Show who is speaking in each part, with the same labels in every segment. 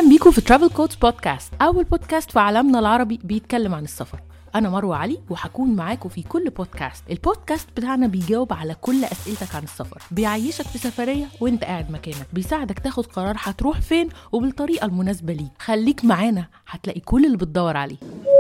Speaker 1: أهلا بيكم في ترافل كودز بودكاست، أول بودكاست في عالمنا العربي بيتكلم عن السفر. أنا مروة علي وحكون معاكم في كل بودكاست. البودكاست بتاعنا بيجاوب على كل أسئلتك عن السفر، بيعيشك في سفرية وانت قاعد مكانك، بيساعدك تاخد قرار هتروح فين وبالطريقة المناسبة ليك. خليك معانا هتلاقي كل اللي بتدور عليه.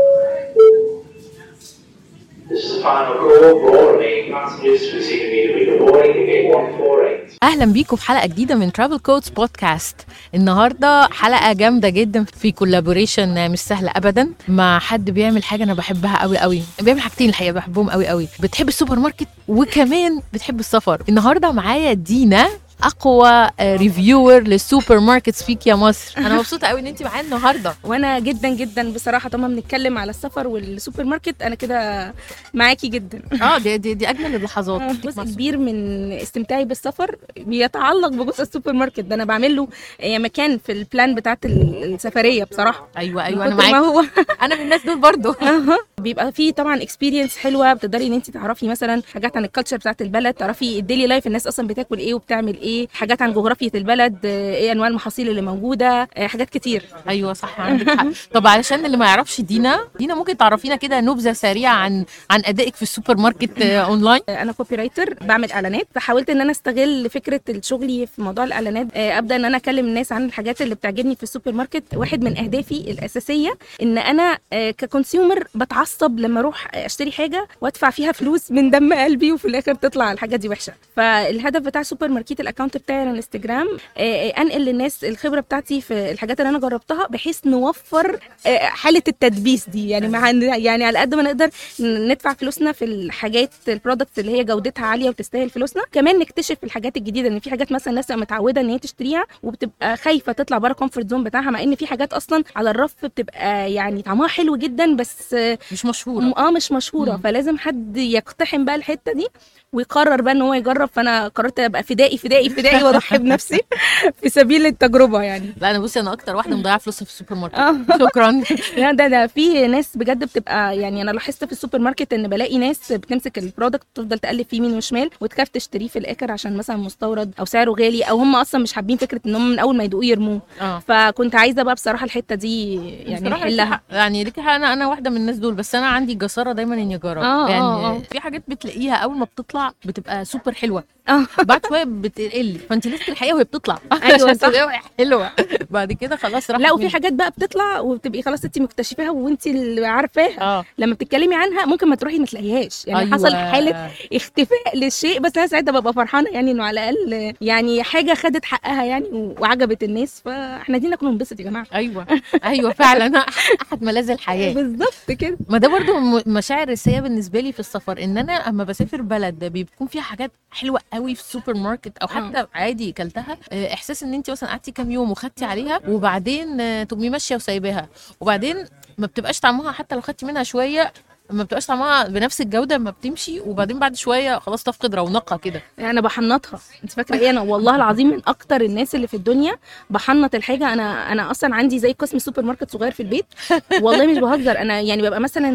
Speaker 1: أهلا بيكم في حلقة جديدة من ترافل كودز بودكاست. النهاردة حلقة جامدة جدا في كولابوريشن مش سهلة أبدا مع حد بيعمل حاجة أنا بحبها قوي قوي. بيعمل حاجتين الحقيقة بحبهم قوي قوي، بتحب السوبر ماركت وكمان بتحب السفر. النهاردة معايا دينا، اقوى ريفيور للسوبر ماركتس فيك يا مصر. انا مبسوطه قوي ان انت معايا النهارده.
Speaker 2: وانا جدا جدا بصراحه طالما بنتكلم على السفر والسوبر ماركت انا كده معاكي جدا.
Speaker 1: دي اجمل اللحظات.
Speaker 2: جزء كبير من استمتاعي بالسفر بيتعلق بجزء السوبر ماركت ده. انا بعمل له مكان في البلان بتاعت السفريه بصراحه.
Speaker 1: ايوه انا معاكي. انا من الناس دول برضو.
Speaker 2: بيبقى فيه طبعا اكسبيرينس حلوه، بتقدري ان انت تعرفي مثلا حاجات عن الكالتشر بتاعت البلد، تعرفي الديلي لايف الناس اصلا بتاكل ايه وبتعمل ايه، حاجات عن جغرافيه البلد، ايه انواع المحاصيل اللي موجوده، حاجات كتير.
Speaker 1: ايوه صح عندك حق. طب علشان اللي ما يعرفش دينا ممكن تعرفينا كده نبذه سريعه عن ادائك في السوبر ماركت اونلاين؟
Speaker 2: انا كوبي رايتر، بعمل اعلانات، فحاولت ان انا استغل فكره شغلي في موضوع الاعلانات، ابدا ان انا اكلم الناس عن الحاجات اللي بتعجبني في السوبر ماركت. واحد من اهدافي الاساسيه ان انا ككونسيومر بتعصب لما اروح اشتري حاجه وادفع فيها فلوس من دم قلبي وفي الاخر تطلع الحاجه دي وحشه. فالهدف بتاع سوبر ماركت الاكونت بتاعي على الانستجرام انقل للناس الخبره بتاعتي في الحاجات اللي انا جربتها، بحيث نوفر حاله التدبيس دي. يعني على قد ما نقدر ندفع فلوسنا في الحاجات البرودكتس اللي هي جودتها عاليه وتستاهل فلوسنا، كمان نكتشف الحاجات الجديده. ان في حاجات مثلا الناس متعوده ان هي تشتريها وبتبقى خايفه تطلع بره كومفورت زون بتاعها، مع ان في حاجات اصلا على الرف بتبقى يعني طعمها حلو جدا بس
Speaker 1: مش مشهوره.
Speaker 2: مش مشهوره. فلازم حد يقتحم بقى الحته دي ويقرر بقى ان هو يجرب. فانا قررت ابقى فدائي واضحي بنفسي في سبيل التجربه يعني.
Speaker 1: لا انا بصي، انا اكتر واحده مضيعه فلوسها في السوبر ماركت. شكرا.
Speaker 2: ده في ناس بجد بتبقى يعني، انا لاحظت في السوبر ماركت ان بلاقي ناس بتمسك البرودكت تفضل تقلب فيه يمين وشمال وتخاف تشتريه في الاخر عشان مثلا مستورد او سعره غالي، او هم اصلا مش حابين فكره ان هم من اول ما يدوقوه يرموه. فكنت عايزه بقى بصراحه الحته دي يعني نحلها.
Speaker 1: يعني ليك انا واحده من الناس دول، بس انا عندي جساره دايما اني اجرب. يعني في حاجات بتلاقيها اول ما بتطلع بتبقى سوبر حلوه، بعد شويه بتقل، فانت لسه الحقيقه وهي بتطلع.
Speaker 2: ايوه صح
Speaker 1: حلوه، بعد كده خلاص راحت.
Speaker 2: لا وفي حاجات بقى بتطلع وبتبقي خلاص انت مكتشفاها وانت اللي عارفاها. لما بتتكلمي عنها ممكن ما تروحي ما تلاقيهاش يعني. أيوة. حصل حاله اختفاء للشيء، بس انا ساعتها ببقى فرحانه يعني انه على الاقل يعني حاجه خدت حقها يعني وعجبت الناس. فاحنا دي نكون ننبسط يا جماعه.
Speaker 1: ايوه فعلا. احد ملاذ الحياه
Speaker 2: بالظبط كده.
Speaker 1: ما ده برضو مشاعر رئيسيه بالنسبه لي في السفر، ان انا اما بسافر بلد بيكون فيها حاجات حلوه قوي في السوبر ماركت او حتى عادي كلتها، احساس ان انت مثلا قعدتي كام يوم وخدتي عليها وبعدين تقومي ماشيه وسايباها، وبعدين ما بتبقاش طعمها حتى لو خدتي منها شويه ما بتبقاش طعمها بنفس الجوده ما بتمشي، وبعدين بعد شويه خلاص تفقد رونقها كده.
Speaker 2: انا بحنطها، انت فاكره ايه؟ انا والله العظيم من اكتر الناس اللي في الدنيا بحنط الحاجه. انا اصلا عندي زي قسم سوبر ماركت صغير في البيت، والله مش بهزر. انا يعني ببقى مثلا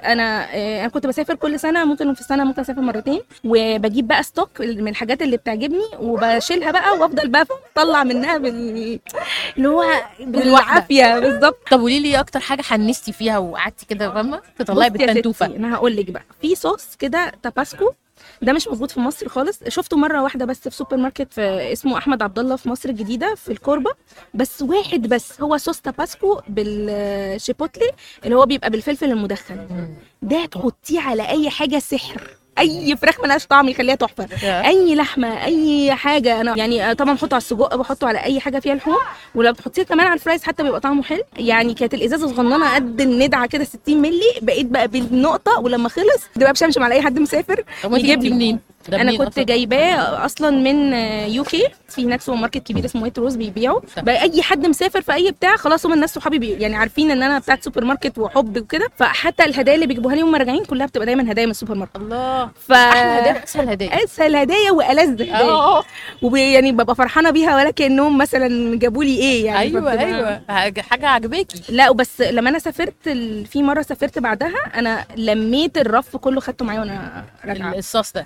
Speaker 2: انا كنت بسافر كل سنه، ممكن في السنه ممكن اسافر مرتين، وبجيب بقى ستوك من الحاجات اللي بتعجبني وبشيلها بقى وافضل بقى اطلع منها اللي هو بالعافيه. بالظبط.
Speaker 1: طب قولي لي اكتر حاجه حنستي فيها وقعدتي كده فاهمه تطلعي بالتنتوفه؟
Speaker 2: انا هقول لك بقى، في صوص كده تاباسكو ده مش موجود في مصر خالص. شفته مره واحده بس في سوبر ماركت في اسمه احمد عبد الله في مصر الجديده في الكوربه، بس واحد بس. هو صوص تاباسكو بالشيبوتلي اللي هو بيبقى بالفلفل المدخن. ده تحطيه على اي حاجه سحر. اي فراخ ملهاش طعم يخليها تحفه، اي لحمه، اي حاجه. انا يعني طبعا بحطه على السجق، بحطه على اي حاجه فيها لحوم، ولو بتحطيه كمان على الفرايز حتى بيبقى طعمه حلو. يعني كانت الازازه صغننه قد الندعه كده 60 مللي، بقيت بقى بالنقطه، ولما خلص ده بقى بشمشم على اي حد مسافر
Speaker 1: يجيب لي منين.
Speaker 2: انا كنت جايباه اصلا من يوكي، في هناك سوبر ماركت كبير اسمه وايت روز بيبيعوا بقى. اي حد مسافر في اي بتاع خلاص هم الناس صحابي يعني عارفين ان انا بتاعت سوبر ماركت وحب وكده، فحتى الهدايا اللي بيجيبوها لي وهم راجعين كلها بتبقى دايما هدايا من السوبر ماركت.
Speaker 1: الله. احلى هدايا، اسهل هدايا
Speaker 2: والذ هدايا، ويعني ببقى فرحانه بيها ولا كانهم مثلا جابوا لي ايه يعني.
Speaker 1: ايوه حاجه عجباكي.
Speaker 2: لا وبس لما انا سافرت في مره سافرت بعدها، انا لميت الرف كله خدته معايا وانا راجعه.
Speaker 1: الصوص ده
Speaker 2: انت لازم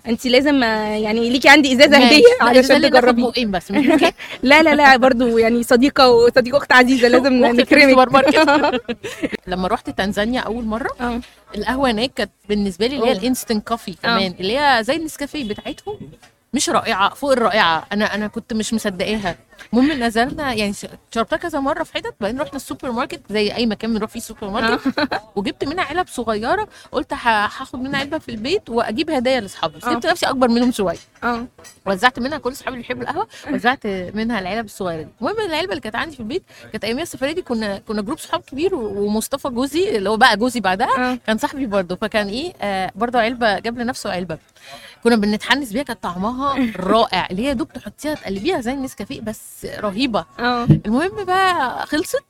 Speaker 2: لازم يعني ليكي عندي ازازه
Speaker 1: ماشي.
Speaker 2: هديه
Speaker 1: لا،
Speaker 2: علشان
Speaker 1: الإزازة اللي ناخد
Speaker 2: تجربي.
Speaker 1: بقين بس مش ممكن.
Speaker 2: لا لا لا برضو يعني صديقه اخت عزيزه لازم
Speaker 1: وقت
Speaker 2: نكرمك.
Speaker 1: السوبر ماركت. لما رحت تنزانيا اول مره،
Speaker 2: اه
Speaker 1: القهوه هناك كانت بالنسبه لي اللي هي
Speaker 2: أوه.
Speaker 1: الانستنت كوفي كمان، اللي هي زي النسكافيه بتاعتهم، مش رائعه فوق الرائعه. انا كنت مش مصدقاها. المهم نزلنا يعني شربتها كذا مره في حتت، بعدين رحنا السوبر ماركت زي اي مكان بنروح فيه سوبر ماركت، وجبت منها علب صغيره. قلت هاخد منها علبه في البيت واجيب هدايا لاصحابي، بس جبت نفسي اكبر منهم شويه. وزعت منها كل اصحابي اللي بيحبوا القهوه، وزعت منها العلب الصغيره دي. المهم العلبه اللي كانت عندي في البيت كانت اياميها السفريه دي، كنا جروب صحاب كبير، ومصطفى جوزي اللي هو بقى جوزي بعدها كان صاحبي برضه، فكان ايه برضه علبه، جاب لنفسه علبه كنا بنتحنس بيها، كانت طعمها رائع، اللي هي دوب تحطيها تقلبيها زي النسكافيه بس رهيبه. المهم بقى خلصت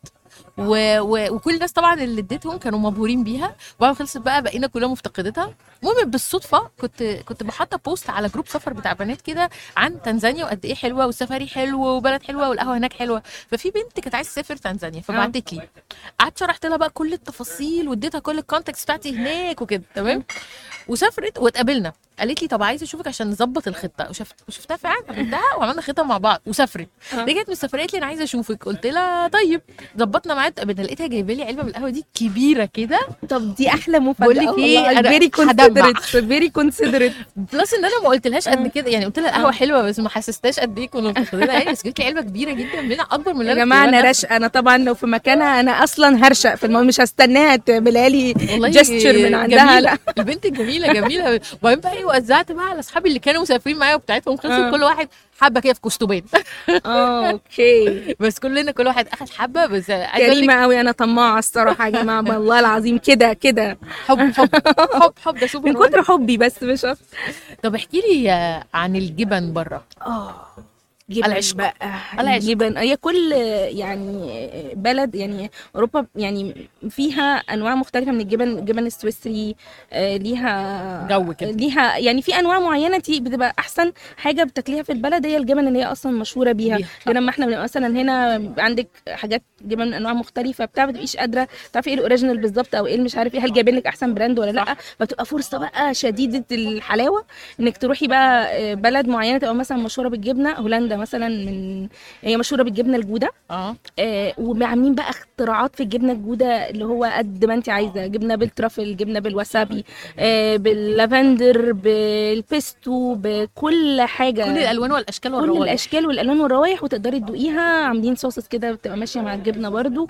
Speaker 1: وكل الناس طبعا اللي اديتهم كانوا مبهورين بيها، وبعد خلصت بقى بقينا كلنا مفتقدتها. المهم بالصدفه كنت بحط بوست على جروب سفر بتاع بنات كده عن تنزانيا وقد ايه حلوه، والسفاري حلو وبلد حلوه والقهوه هناك حلوه. ففي بنت كانت عايزه تسافر تنزانيا فبعتت لي، قعدت شرحت لها بقى كل التفاصيل واديتها كل الكونتاكتس بتاعتي هناك وكده تمام. وسافرت واتقابلنا، قالت لي طب عايزه اشوفك عشان نظبط الخطه، وشفتها فعلا، قابلتها وعملنا خطه مع بعض وسافرت. رجعت من السفريه قالت لي انا عايزه اشوفك، قلت لها طيب. ظبطنا ميعاد، اتقابلنا، لقيتها جايبه لي علبه من القهوه دي كبيره كده.
Speaker 2: طب دي احلى مفاجاه.
Speaker 1: بقول لك ايه،
Speaker 2: انا فيري كونسيدريت
Speaker 1: بلس ان انا ما قلتلهاش قد كده، يعني قلت لها القهوه حلوه بس ما حسستهاش قد ايه كنا مفتقدينها يعني. بس جبت لي علبه كبيره جدا منها، اكبر من اللي
Speaker 2: يا جماعه انا رشقه. انا طبعا لو في مكانها انا اصلا هرشق في مش هستناها تعملها لي جستشر من عندها. لا
Speaker 1: البنت جميله. وبعدين بقى وزعت بقى على اصحابي اللي كانوا مسافرين معايا وبتاعتهم خلصوا، كل واحد حبه كده في كوستوبين.
Speaker 2: اوكي.
Speaker 1: بس كل واحد اخذ حبه. بس
Speaker 2: كريمه قوي، انا طماعه الصراحه يا جماعه والله العظيم. كده
Speaker 1: حب ده سوبر
Speaker 2: من كتر حبي بس مش اكتر.
Speaker 1: طب احكي لي عن الجبن بره.
Speaker 2: جبن بقى الجبن هي كل يعني بلد، يعني اوروبا يعني فيها انواع مختلفه من الجبن السويسري ليها
Speaker 1: جو كده،
Speaker 2: ليها يعني في انواع معينه بتبقى احسن حاجه بتاكليها في البلد هي الجبن اللي هي اصلا مشهوره بيها. غير لما احنا مثلا هنا عندك حاجات جبن انواع مختلفه بتاع ما تبقيش قادره تعرفي ايه الاوريجينال بالظبط او ايه مش عارف ايه، هل جايبين لك احسن براند ولا لا. فبتبقى فرصه بقى شديده الحلاوه انك تروحي بقى بلد معينه تبقى مثلا مشهوره بالجبنه. هولندا مثلا هي مشهوره بالجبنه الجوده. وعاملين بقى اختراعات في الجبنه الجوده اللي هو قد ما انت عايزه، جبنه بالترافل، جبنه بالوسابي، باللافندر، بالبيستو، بكل حاجه،
Speaker 1: كل الالوان والاشكال والروائح،
Speaker 2: كل الاشكال والالوان والروائح، وتقدري تدوقيها. عاملين صوصز كده بتبقى ماشيه مع الجبنه برضو.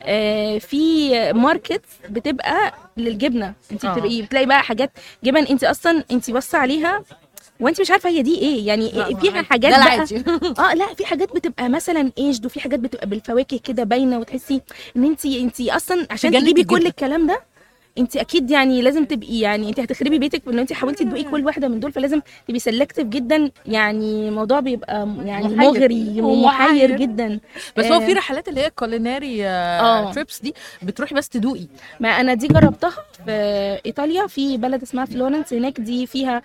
Speaker 2: في ماركت بتبقى للجبنه، انت بتلاقي بقى حاجات جبن انت اصلا انت باصه عليها وانت مش عارفه هي دي ايه، يعني فيها حاجات بقى لا في حاجات بتبقى مثلا ايجد، وفي حاجات بتبقى بالفواكه كده باينه، وتحسي ان انت اصلا عشان تجيبي كل الكلام ده انت اكيد يعني لازم تبقي، يعني انت هتخربي بيتك بان انت حاولتي تدوقي كل واحده من دول، فلازم تبقي سيلكتيف جدا. يعني الموضوع بيبقى يعني مغري ومحير جدا.
Speaker 1: بس هو في رحلات اللي هي كوليناري تريبس دي بتروحي بس تدوقي.
Speaker 2: ما انا دي جربتها في ايطاليا في بلد اسمها فلورنس، هناك دي فيها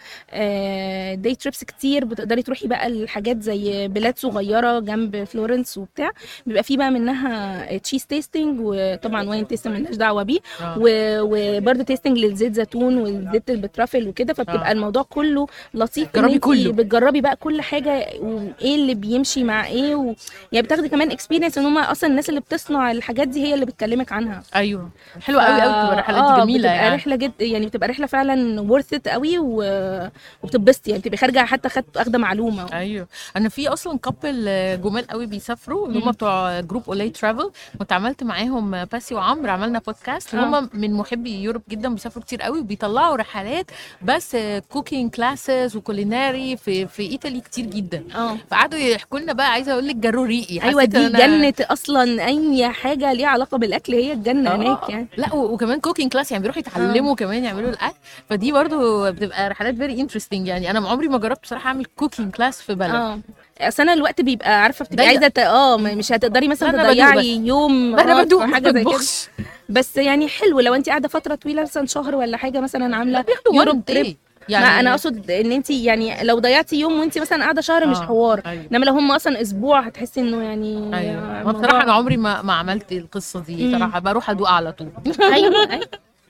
Speaker 2: داي تريبس كتير، بتقدري تروحي بقى الحاجات زي بلاد صغيره جنب فلورنس وبتاع، بيبقى في بقى منها تشيز تيستنج، وطبعا واين تيستنج مالناش دعوه بيه، وبرده تيستنج للزيت زيتون والزيت البترافل وكده. فبتبقى الموضوع كله لطيف،
Speaker 1: جربي كله،
Speaker 2: بتجربي بقى كل حاجه وايه اللي بيمشي مع ايه يعني بتاخدي كمان اكسبيرينس ان هم اصلا الناس اللي بتصنع الحاجات دي هي اللي بتكلمك عنها.
Speaker 1: ايوه حلوه قوي بتبقى الرحلات دي جميله،
Speaker 2: بتبقى
Speaker 1: يعني
Speaker 2: رحله جد، يعني بتبقى رحله فعلا ورث ات قوي وبتبسطي، يعني بتبقي خارجه حتى اخده معلومه.
Speaker 1: ايوه انا في اصلا كابل جمال قوي بيسافروا اللي هم بتوع جروب اولي ترافل، كنت عملت معاهم باسي وعمرو، عملنا بودكاست. هم من محبي يوروب جدا، بيسافروا كتير قوي وبيطلعوا رحلات بس كوكينج كلاسز وكوليناري في ايطالي كتير جدا. فقعدوا يحكوا لنا بقى، عايزه اقول لك جروا ريقي.
Speaker 2: ايوه دي جنه اصلا، اي حاجه ليها علاقه بالاكل هي الجنه هناك يعني.
Speaker 1: لا وكمان كوكينج كلاس، يعني بيروحوا يتعلموا كمان يعملوا الاكل. فدي برضو بتبقى رحلات فيري انترستنج. يعني انا عمري ما جربت بصراحه اعمل كوكينج كلاس في بلد.
Speaker 2: اصل انا الوقت بيبقى عارفه بتبقي عايزه مش هتقدري مثلا تضيعي يوم
Speaker 1: حاجه زي كده.
Speaker 2: بس يعني حلو لو انت قاعده فتره طويله مثلا شهر ولا حاجه، مثلا عامله يوروب تريب. يعني ما انا اقصد ان انت يعني لو ضيعتي يوم وانت مثلا قاعده شهر مش حوار. انما لو هم اصلا اسبوع هتحسي انه يعني
Speaker 1: بصراحه انا عمري ما عملت القصه دي صراحه، بروح ادوق على طول.
Speaker 2: ايوه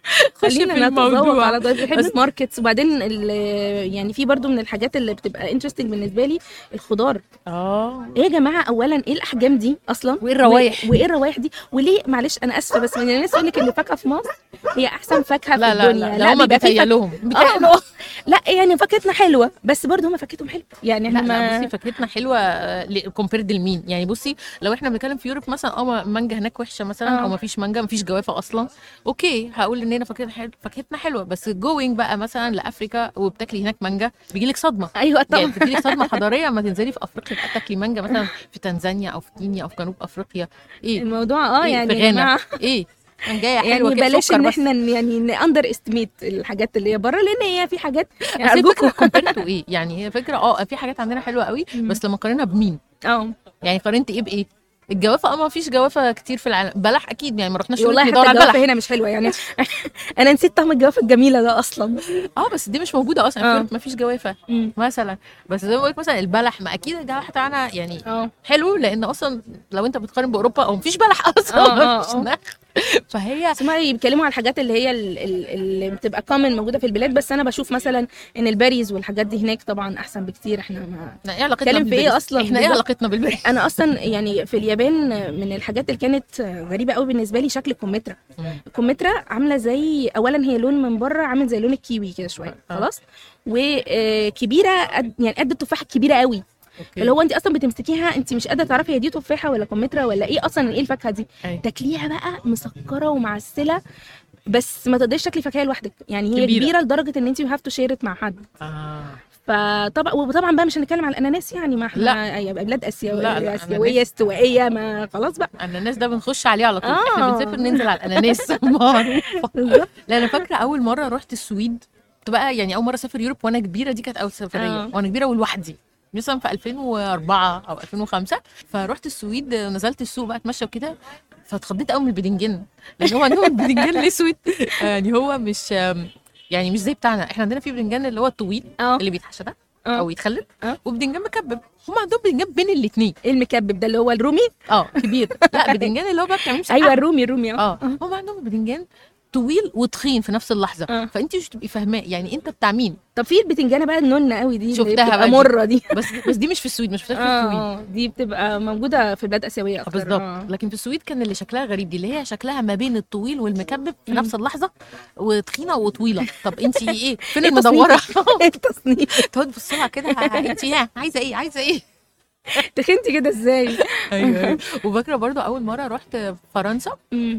Speaker 2: خلينا
Speaker 1: في
Speaker 2: نتذوق
Speaker 1: الموضوع.
Speaker 2: على ضيف الحمص ماركتس. وبعدين يعني في برضو من الحاجات اللي بتبقى انترستنج بالنسبه لي الخضار. ايه يا جماعه، اولا ايه الاحجام دي اصلا،
Speaker 1: وايه الروايح؟
Speaker 2: وايه الروايح دي، وليه؟ معلش انا اسفه بس من الناس يقول لك ان الفاكهه في مصر هي احسن فاكهه في
Speaker 1: لا
Speaker 2: الدنيا.
Speaker 1: لا هم
Speaker 2: بيبقى في
Speaker 1: بيتهيألهم
Speaker 2: لا يعني فاكهتنا حلوه بس برضو هم فاكهتهم حلوه يعني احنا
Speaker 1: لا بصي فاكهتنا حلوه كومبيرد لمين؟ يعني بصي لو احنا بنتكلم في يوروب مثلا مانجا هناك وحشه مثلا او ما فيش مانجا، ما فيش جوافه اصلا، اوكي هقول ان هنا فاكهتنا حلوه. بس جوينج بقى مثلا لافريكا وبتاكلي هناك مانجا بيجي لك صدمه.
Speaker 2: ايوه طبعا
Speaker 1: يعني بتجي لك صدمه حضاريه اما تنزلي في افريقيا بقى تاكلي مانجا مثلا في تنزانيا او في كينيا او في جنوب افريقيا. ايه
Speaker 2: الموضوع
Speaker 1: إيه
Speaker 2: يعني
Speaker 1: في
Speaker 2: يا
Speaker 1: غانا
Speaker 2: جماعه
Speaker 1: ايه جايه حلوه
Speaker 2: يعني
Speaker 1: كده
Speaker 2: بلاش
Speaker 1: سكر
Speaker 2: ان
Speaker 1: بس.
Speaker 2: احنا يعني ناندر استيميت الحاجات اللي هي بره، لان هي في حاجات يعني
Speaker 1: بس
Speaker 2: ارجوكم
Speaker 1: الفكره كومبيرتو ايه يعني، هي فكره في حاجات عندنا حلوه قوي بس لما قارنها بمين؟ يعني قارنت ايه بايه؟ الجوافه ما فيش جوافه كتير في العالم. بلح اكيد يعني ما رحناش
Speaker 2: والله
Speaker 1: ندور
Speaker 2: حتى
Speaker 1: على
Speaker 2: الجوافه
Speaker 1: البلح.
Speaker 2: هنا مش حلوه يعني انا نسيت طعم الجوافه الجميله ده اصلا.
Speaker 1: بس دي مش موجوده اصلا في ما فيش جوافه
Speaker 2: مم.
Speaker 1: مثلا. بس زي ما بقولك مثلا البلح، ما اكيد البلح بتاعنا يعني
Speaker 2: اه
Speaker 1: حلو، لان اصلا لو انت بتقارن باوروبا او مفيش بلح اصلا مفيش نخل. فهي
Speaker 2: اسمعي بيتكلموا على الحاجات اللي هي اللي بتبقى كومن موجوده في البلاد، بس انا بشوف مثلا ان الباريز والحاجات دي هناك طبعا احسن بكتير. احنا ما
Speaker 1: ايه علاقتنا
Speaker 2: بنتكلم في ايه اصلا؟
Speaker 1: احنا ايه علاقتنا بالباريس؟
Speaker 2: انا اصلا يعني في اليابان من الحاجات اللي كانت غريبه قوي بالنسبه لي شكل الكمثرى. الكمثرى عامله زي، اولا هي لون من بره عامل زي لون الكيوي كده شويه خلاص، وكبيره يعني قد التفاحه الكبيره قوي. اللي هو انت اصلا بتمسكيها انت مش قادره تعرفي هي دي تفاحه ولا كمثرى ولا ايه اصلا، ايه الفاكهه دي. تاكليها بقى مسكره ومعسله، بس ما تقدريش تاكلي فاكهه لوحدك، يعني هي كبيره لدرجه ان انت يو هاف تو شير مع حد. فطبعا وطبعا بقى مش هنتكلم على الاناناس يعني، ما احنا يبقى بلاد اسيويه استوائيه، ما خلاص بقى
Speaker 1: الاناناس ده بنخش عليه على طول. احنا بنسافر ننزل على الاناناس معروفه. لا انا فاكره اول مره رحت السويد بقى، يعني اول مره اسافر يوروب وانا كبيره، دي كانت اول سفريه وانا كبيره ولوحدي مثلا في 2004 او 2005. فرحت السويد، نزلت السوق بقى اتمشى وكده، فاتخضيت قوي من البدنجان، لان هو عندهم البدنجان الاسود يعني هو مش يعني مش زي بتاعنا. احنا عندنا في بدنجان اللي هو الطويل اللي بيتحشى ده او يتخلل، وبدنجان مكبب. هم عندهم بدنجان بين الاثنين.
Speaker 2: المكبب ده اللي هو الرومي
Speaker 1: كبير. لا بدنجان اللي هو بقى بتعمليه
Speaker 2: ايوه الرومي
Speaker 1: هم عندهم بدنجان طويل وتخين في نفس اللحظه. فانت مش تبقي فاهماه يعني انت بتاع مين.
Speaker 2: طب في البتنجانه بقى النونه قوي دي
Speaker 1: شفتها
Speaker 2: بقى مره دي
Speaker 1: بس دي مش في السويد، مش في السويد.
Speaker 2: دي بتبقى موجوده في البلاد الاسيويه اكتر
Speaker 1: بالظبط. لكن في السويد كان اللي شكلها غريب، دي اللي هي شكلها ما بين الطويل والمكبب في نفس اللحظه، وتخينه وطويله. طب انت ايه فين المدوره؟
Speaker 2: التصنيف
Speaker 1: تقعد تبص لها كده، انت عايزه ايه
Speaker 2: تخنتي كده ازاي؟
Speaker 1: ايوه. وفاكره برضو اول مره رحت فرنسا،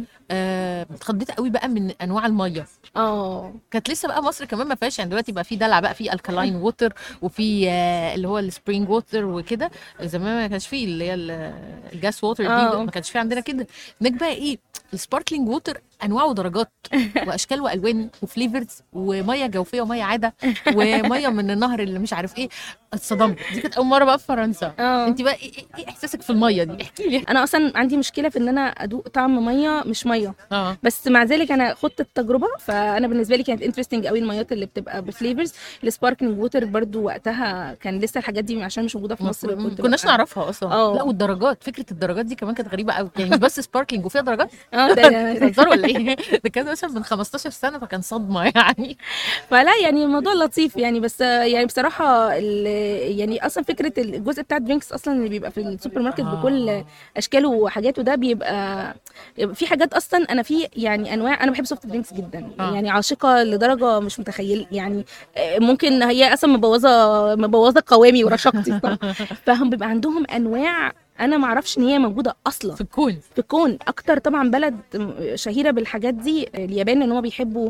Speaker 1: اتخضيت قوي بقى من انواع الميه. كانت لسه بقى مصر كمان ما فيهاش، يعني دلوقتي بقى في دلع، بقى في الكالاين ووتر وفي اللي هو السبرينج ووتر وكده. زمان ما كانش فيه اللي هي الجاس ووتر دي، ما كانش فيه عندنا كده. هناك بقى ايه السباركلينج ووتر، انواع ودرجات واشكال والوان وفليفرز، وميه جوفيه وميه عاده وميه من النهر اللي مش عارف ايه. اتصدمت، دي كانت اول مره بقى في فرنسا. انت بقى ايه احساسك في الميه دي؟ احكي لي.
Speaker 2: انا اصلا عندي مشكله في ان انا ادوق طعم ميه مش ميه، بس مع ذلك انا خدت التجربه، فانا بالنسبه لي كانت انترستنج قوي الميات اللي بتبقى بفليفرز. السباركلينج ووتر برضو وقتها كان لسه الحاجات دي عشان مش موجوده في مصر،
Speaker 1: ما كناش نعرفها اصلا. لا والدرجات، فكره الدرجات دي كمان كانت غريبه قوي، يعني مش بس سباركلينج وفيها درجات.
Speaker 2: ده
Speaker 1: بتهزروا ولا ايه؟ ده كان مثلا من 15 سنه، فكان صدمه يعني.
Speaker 2: فلا يعني الموضوع لطيف يعني، بس يعني بصراحه يعني اصلا فكره الجزء بتاع الدرينكس اصلا اللي بيبقى في السوبر ماركت بكل اشكاله وحاجاته، ده بيبقى في حاجات اصلا. انا في يعني انواع، انا بحب سوفت درينكس جدا يعني عاشقه لدرجه مش متخيل يعني. ممكن هي اصلا مبوظه قوامي ورشاقتي فهم بيبقى عندهم انواع انا ما اعرفش ان هي موجوده اصلا
Speaker 1: في الكون.
Speaker 2: اكتر طبعا بلد شهيره بالحاجات دي اليابان، ان هم بيحبوا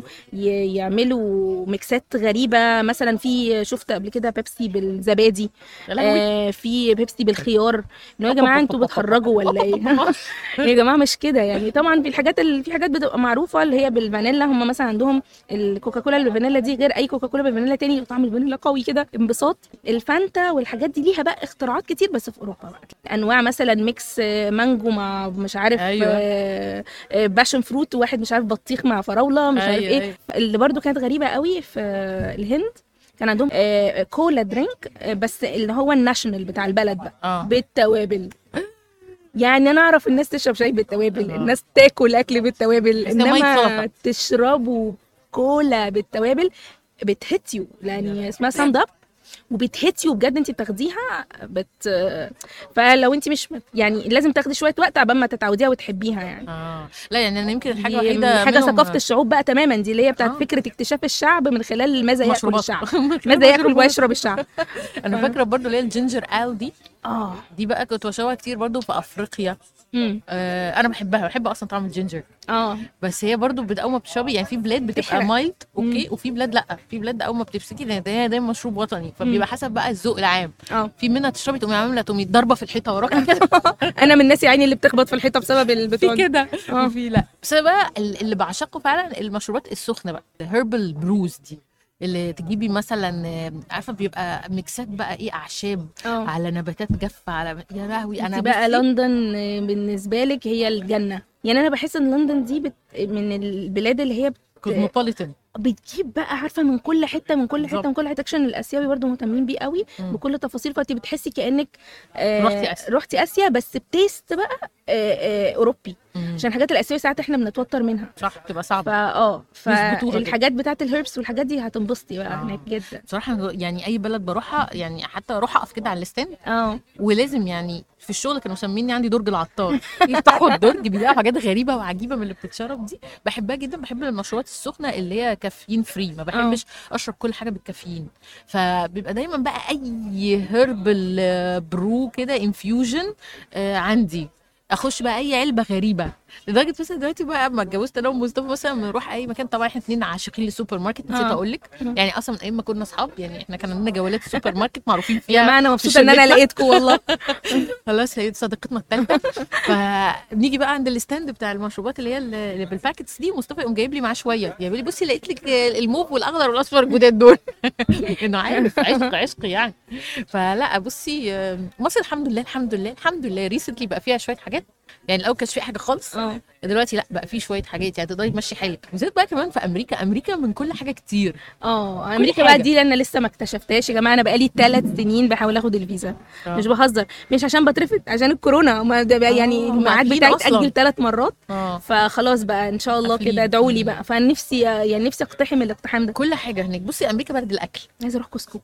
Speaker 2: يعملوا ميكسات غريبه. مثلا في شفت قبل كده بيبسي بالزبادي، في بيبسي بالخيار. انه يا جماعه انتوا بتهرجوا ولا ايه؟ يا جماعه مش كده يعني. طبعا في حاجات بتبقى معروفه اللي هي بالفانيلا. هم مثلا عندهم الكوكاكولا بالفانيلا دي غير اي كوكاكولا بالفانيلا تاني، طعم الفانيلا قوي كده انبساط. الفانتا والحاجات دي ليها بقى اختراعات كتير بس في اوروبا بقى. انواع مثلا ميكس مانجو مع مش عارف باشن فروت، وواحد مش عارف بطيخ مع فراوله مش عارف ايه. اللي برضو كانت غريبه قوي في الهند كان عندهم كولا درينك، بس اللي هو الناشونال بتاع البلد بقى بالتوابل. يعني انا اعرف الناس تشرب شاي بالتوابل،
Speaker 1: آه.
Speaker 2: الناس تاكل اكل بالتوابل،
Speaker 1: بس ده مية
Speaker 2: انما
Speaker 1: سلطة.
Speaker 2: تشربوا كولا بالتوابل بتهتيو، يعني اسمها ساند اب وبتهتيو بجد. انت بتاخديها فلو انت مش يعني لازم تاخدي شويه وقت عبال ما تتعوديها وتحبيها يعني.
Speaker 1: لا يعني انا يمكن الحاجه
Speaker 2: دي
Speaker 1: الوحيده
Speaker 2: حاجه
Speaker 1: منهم
Speaker 2: ثقافه الشعوب بقى تماما، دي اللي هي بتاعت
Speaker 1: آه.
Speaker 2: فكره اكتشاف الشعب من خلال ماذا ياكل
Speaker 1: مشروبات.
Speaker 2: الشعب، ماذا ياكل ويشرب الشعب.
Speaker 1: انا فاكره برضو اللي هي الجينجر آل دي
Speaker 2: اه
Speaker 1: دي بقى كنت بشربها كتير برضو في افريقيا.
Speaker 2: امم
Speaker 1: انا بحبها، بحب اصلا طعم الجينجر.
Speaker 2: اه
Speaker 1: بس هي برضو اول ما بتشربي يعني في بلاد بتبقى
Speaker 2: تحرق.
Speaker 1: مايلد اوكي، وفي بلاد لا، في بلاد اول ما بتمسكي ده هي دايما مشروب وطني، فبيبقى حسب بقى الذوق العام.
Speaker 2: اه
Speaker 1: في منها تشربي تقومي عامله تقومي ضربه في الحيطه وراك كده
Speaker 2: انا من الناس يعني اللي بتخبط في الحيطه بسبب البتوع
Speaker 1: في كده
Speaker 2: آه.
Speaker 1: وفي لا. بس أنا بقى اللي بعشقه فعلا المشروبات السخنه بقى، الهيربل بروز دي اللي تجيبي مثلا عارفه بيبقى ميكسات بقى ايه، اعشاب
Speaker 2: اه
Speaker 1: على نباتات جافه على يا لهوي.
Speaker 2: انت
Speaker 1: انا
Speaker 2: بقى
Speaker 1: بصي
Speaker 2: لندن بالنسبه لك هي الجنه، يعني انا بحس ان لندن دي من البلاد اللي هي
Speaker 1: كوزموبوليتان.
Speaker 2: بتجيب بقى عارفه من كل حته من كل حته
Speaker 1: بالظبط.
Speaker 2: من كل حته. اكشن الاسيوي برضو مهتمين بيه قوي بكل تفاصيل، فانت بتحسي كانك رحتي اسيا بس بتيست بقى اوروبي، عشان الحاجات الاسيويه ساعات احنا بنتوتر منها
Speaker 1: صح بتبقى صعبه. يظبطوها كده.
Speaker 2: فالحاجات بتاعت الهيربس والحاجات دي هتنبسطي بقى هناك جدا.
Speaker 1: بصراحه يعني اي بلد بروحها يعني حتى اروح اقف كده على الستاند
Speaker 2: اه
Speaker 1: ولازم يعني في الشغل كانوا مسميني عندي درج العطار يفتحوا الدرج بيلاقوا حاجات غريبه وعجيبه من اللي بتتشرب دي. بحبها جدا، بحب المشروبات السخنه اللي هي كافيين فري، ما بحبش اشرب كل حاجه بالكافيين. فبيبقى دايما بقى اي هيربل برو كده انفيوجن عندي، اخش بقى اي علبه غريبه. لدرجه مثلا دلوقتي بقى اما اتجوزت انا ومصطفى مثلا بنروح اي مكان، طبعا احنا اتنين عاشقين للسوبر ماركت، نسيت اقول لك يعني اصلا من ايام ما كنا اصحاب يعني احنا كان عندنا جولات السوبر ماركت معروفين فيها.
Speaker 2: يا جماعه انا مبسوطه ان انا لقيتكم والله.
Speaker 1: خلاص هي صديقتنا الثالثه. فبنيجي بقى عند الستاند بتاع المشروبات اللي هي اللي بالباكتس دي، مصطفى يقوم جايب لي معاه شويه، جايب لي بصي لقيت لك الموف والاخضر والاصفر الجداد دول انه عارف عشق يعني. فلا بصي مصر الحمد لله الحمد لله الحمد لله ريسنتلي بقى فيها شويه حاجات، يعني الاول كانش في حاجه خالص دلوقتي لا بقى في شويه حاجات يعني تقدري تمشي حالك. وزيت بقى كمان في امريكا من كل حاجه كتير.
Speaker 2: امريكا بقى دي انا لسه ما اكتشفتهاش يا جماعه. انا بقالي 3 سنين بحاول اخد الفيزا. مش بهزر، مش عشان بترفض، عشان الكورونا ما ده بقى يعني الميعاد بتاعي اتاجل 3 مرات. فخلاص بقى ان شاء الله كده ادعوا لي بقى. فنفسي يعني نفسي اقتحم الاقتحام ده.
Speaker 1: كل حاجه هناك. بصي امريكا بلد الاكل.
Speaker 2: عايزه اروح كوسكو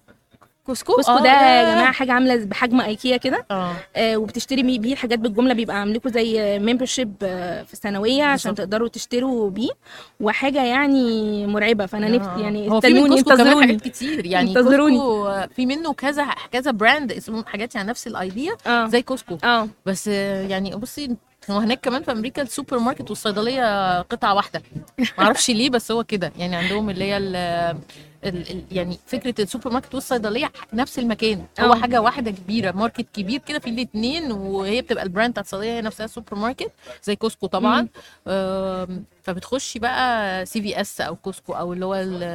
Speaker 1: ده
Speaker 2: ده يا جماعه حاجه عامله بحجم ايكيا كده. وبتشتري بيه الحاجات بالجمله، بيبقى عاملكوا زي ممبرشيب في السنويه عشان تقدروا تشتروا بيه، وحاجه يعني مرعبه. فانا نفسي يعني
Speaker 1: استنوني انتظروني حاجات كتير يعني كوسكو في منه كذا براند اسمهم حاجات يعني نفس الايديا زي كوسكو. بس يعني بصي هناك كمان في امريكا السوبر ماركت والصيدليه قطعه واحده، معرفش ليه بس هو كده يعني عندهم اللي هي يعني فكره السوبر ماركت والصيدليه نفس المكان. هو حاجه واحده كبيره، ماركت كبير كده في الاثنين، وهي بتبقى البراند بتاعت الصيدليه هي نفسها السوبر ماركت زي كوسكو طبعا. فبتخشي بقى CVS او كوسكو او اللي هو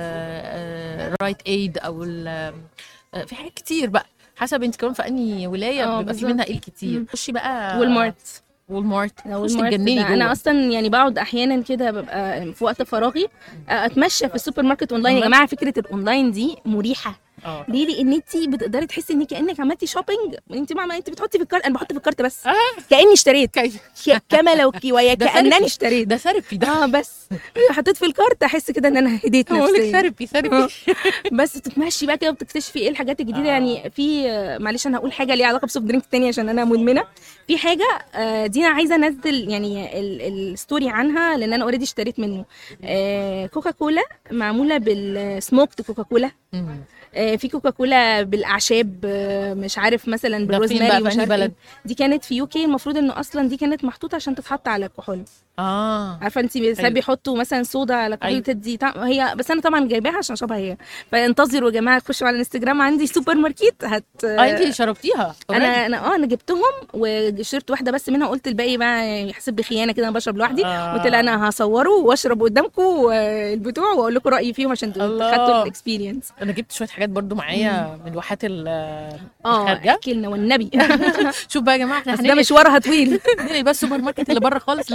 Speaker 1: رايت ايد او في حاجات كتير بقى حسب انت كمان في انهي ولايه بيبقى في منها كتير. خشي بقى والمارت تتجنني جوه.
Speaker 2: انا اصلا يعني بقعد احيانا كده ببقى في وقت فراغي اتمشى في السوبر ماركت اونلاين. يا جماعه فكره الاونلاين دي مريحه. ليه؟ لان انت بتقدري تحسي انك كانك عملتي شوبينج. انت بتحطي في الكارت، انا بحط في الكارت بس كاني اشتريت كما لو كانني اشتريت.
Speaker 1: ده ثيرابي ده.
Speaker 2: بس حطيت في الكارت احس كده ان انا هديت نفسي.
Speaker 1: ثيرابي
Speaker 2: بس تتمشي بقى كده وبتكتشفي ايه الحاجات الجديده. يعني في معلش انا هقول حاجه ليها علاقه بسوفت درينك تاني عشان انا مدمنه في حاجه دي. انا عايزه انزل يعني الستوري عنها لان انا اوريدي اشتريت منه. كوكا كولا معموله بالسموكت كوكا كولا. في كوكا كولا بالاعشاب مش عارف مثلا بالروزماري مش عارف دي كانت في UK. المفروض انه اصلا دي كانت محطوطه عشان تتحط على الكحول. عارفه انت ساعات بيحطوا مثلا صودا على كحول تدي هي. بس انا طبعا جايباها عشان اشربها هي. فانتظروا يا جماعه، خشوا على الانستجرام عندي سوبر ماركت
Speaker 1: انت شربتيها؟
Speaker 2: انا جبتهم وشربت واحده بس منها، قلت الباقي بقى يحسب بخيانه كده انا بشرب لوحدي. قلت لا انا هصوره واشرب قدامكم البتوع واقول لكم رايي فيهم عشان تاخدوا الاكسبيرينس.
Speaker 1: انا جبت شويه حاجات برضو معايا من الواحات الخارجه.
Speaker 2: احكي لنا والنبي.
Speaker 1: شوف بقى يا جماعه احنا
Speaker 2: ده مشوارها طويل.
Speaker 1: بس السوبر ماركت اللي بره خالص اللي جوه شويه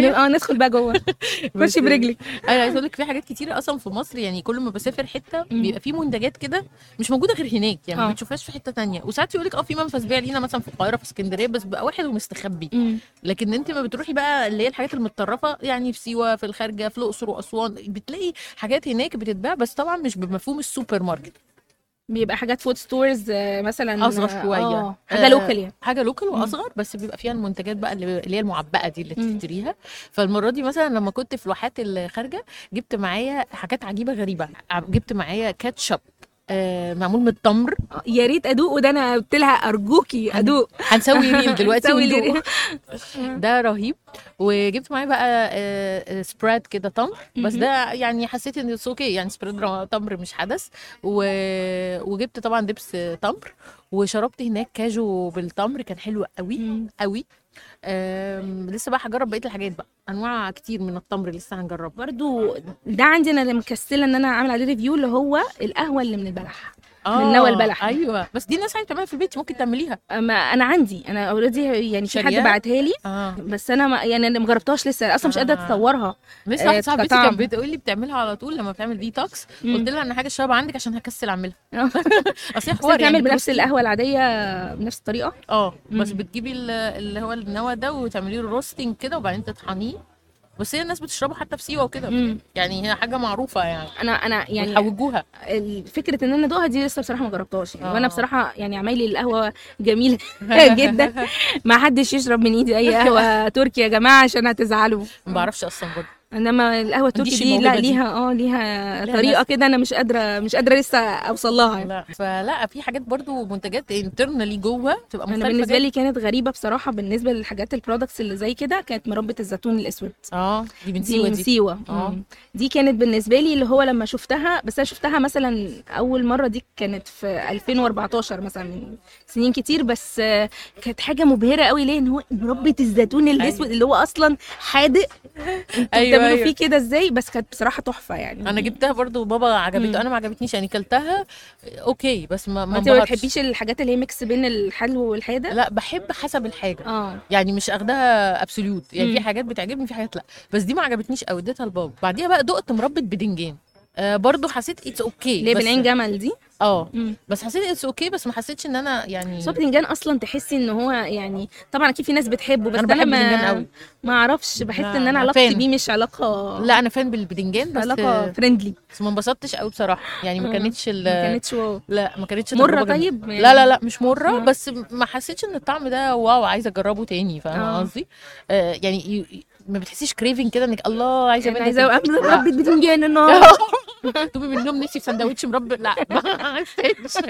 Speaker 1: شويه.
Speaker 2: ندخل بقى جوه
Speaker 1: بس
Speaker 2: خشي برجلك.
Speaker 1: انا عايز اقول لك في حاجات كتيره اصلا في مصر، يعني كل ما بسافر حته بيبقى في منتجات كده مش موجوده غير هناك، يعني ما بتشوفهاش في حته تانية. وساعات يقول لك في منفذ بيع لينا مثلا في القاهره في اسكندريه، بس بقى واحد ومستخبي. لكن انت ما بتروحي بقى اللي هي الحاجات المتطرفه، يعني في سيوه، في الخارجه، في الاقصر واسوان، بتلاقي حاجات هناك بتتباع، بس طبعا مش بمفهوم السوبر ماركت.
Speaker 2: بيبقى حاجات فود ستورز مثلا
Speaker 1: اصغر شويه،
Speaker 2: حاجه لوكال يعني.
Speaker 1: حاجه لوكال واصغر، بس بيبقى فيها المنتجات بقى اللي هي المعبأه دي اللي تشتريها. فالمره دي مثلا لما كنت في الواحات الخارجه جبت معايا حاجات عجيبه غريبه. جبت معايا كاتشب معمول من التمر.
Speaker 2: يا ريت ادوق، وده انا قلت لها ارجوكي ادوق.
Speaker 1: هنسوي ريل دلوقتي
Speaker 2: هنسوي
Speaker 1: وندوق. ده رهيب. وجبت معايا بقى سبراد كده تمر، بس ده يعني حسيت ان اوكي، يعني سبراد تمر مش حدث. وجبت طبعا دبس تمر، وشربت هناك كاجو بالتمر، كان حلو قوي قوي. لسه بقى هجرب بقيه الحاجات بقى، انواع كتير من التمر لسه هنجرب
Speaker 2: برضو. ده عندي انا اللي مكسله ان انا اعمل عليه ريفيو، اللي هو القهوه اللي من البلح، من نوى البلح.
Speaker 1: ايوه، بس دي الناس عايزه تعملها في البيت، ممكن تعمليها.
Speaker 2: ما انا عندي، انا اوريدي يعني في حد بعتها لي. بس انا يعني انا ما جربتهاش لسه، اصلا مش قادره اتصورها.
Speaker 1: لسه واحده صاحبتي كانت بتقول لي بتعملها على طول لما بتعمل ديتوكس. قلت لها ان حاجه الشباب عندك عشان هكسل اعملها. اصل حوار
Speaker 2: يعني بتعمل بنفس القهوه العاديه بنفس الطريقه.
Speaker 1: بس بتجيبي اللي هو النوى ده وتعمليه روستنج كده وبعدين تطحنيه. بس هي الناس بتشربه حتى في سيوه وكده، يعني هي حاجه معروفه يعني.
Speaker 2: انا يعني
Speaker 1: حوجوها.
Speaker 2: فكره ان انا ادوقها دي لسه بصراحه ما جربتهاش يعني. وانا بصراحه يعني عمايلي القهوه جميله جدا. ما حدش يشرب من ايدي اي قهوه تركي يا جماعه عشان هتزعلوا.
Speaker 1: ما بعرفش اصلا برضه.
Speaker 2: انما القهوه التركي دي لا، ليها طريقه كده، انا مش قادره لسه اوصل لها يعني.
Speaker 1: لا فلا، في حاجات برضو منتجات انترنالي جوه تبقى مختلفه.
Speaker 2: انا بالنسبه لي كانت غريبه بصراحه، بالنسبه للحاجات البرودكتس اللي زي كده، كانت مربى الزيتون الاسود.
Speaker 1: دي من سيوه.
Speaker 2: دي كانت بالنسبه لي اللي هو لما شفتها، بس انا شفتها مثلا اول مره دي كانت في 2014 مثلا، من سنين كتير. بس كانت حاجه مبهره قوي. ليه؟ ان هو مربى الزيتون الاسود اللي هو اصلا حادق. بتعملوا فيه كده ازاي؟ بس كانت بصراحه تحفه يعني.
Speaker 1: انا جبتها برضو، بابا عجبته، انا ما عجبتنيش يعني. كلتها اوكي، بس ما
Speaker 2: انت ما بتحبيش الحاجات اللي هي ميكس بين الحلو والحادق؟
Speaker 1: لا، بحب حسب الحاجه. يعني مش اخدها ابسوليوت يعني. في حاجات بتعجبني، في حاجات لا. بس دي ما عجبتنيش قوي، اديتها لبابا. بعديها بقى دقت مربى بدنجان، برضو حسيت اتس اوكي.
Speaker 2: ليه بالعين جمل دي؟
Speaker 1: بس حسيت اتس اوكي، بس ما حسيتش ان انا يعني.
Speaker 2: صوب البتنجان اصلا تحسي ان هو يعني، طبعا اكيد في ناس بتحبه، بس
Speaker 1: انا بحب البتنجان قوي.
Speaker 2: ما اعرفش، بحس ان انا علاقتي بيه مش علاقه.
Speaker 1: لا انا فان بالبتنجان، بس
Speaker 2: علاقه فريندلي.
Speaker 1: بس ما انبسطتش قوي بصراحه يعني. ما كانتش
Speaker 2: واو.
Speaker 1: لا ما كانتش
Speaker 2: مره. طيب
Speaker 1: يعني. لا مش مره. بس ما حسيتش ان الطعم ده واو، عايزه اجربه تاني. فاهمه قصدي؟ يعني ما بتحسيش كريفنج كده انك الله عايزه
Speaker 2: مربى بتنجان النهارده.
Speaker 1: تقومي من النوم نفسي في سندوتش مربى. لا ما حسيتش.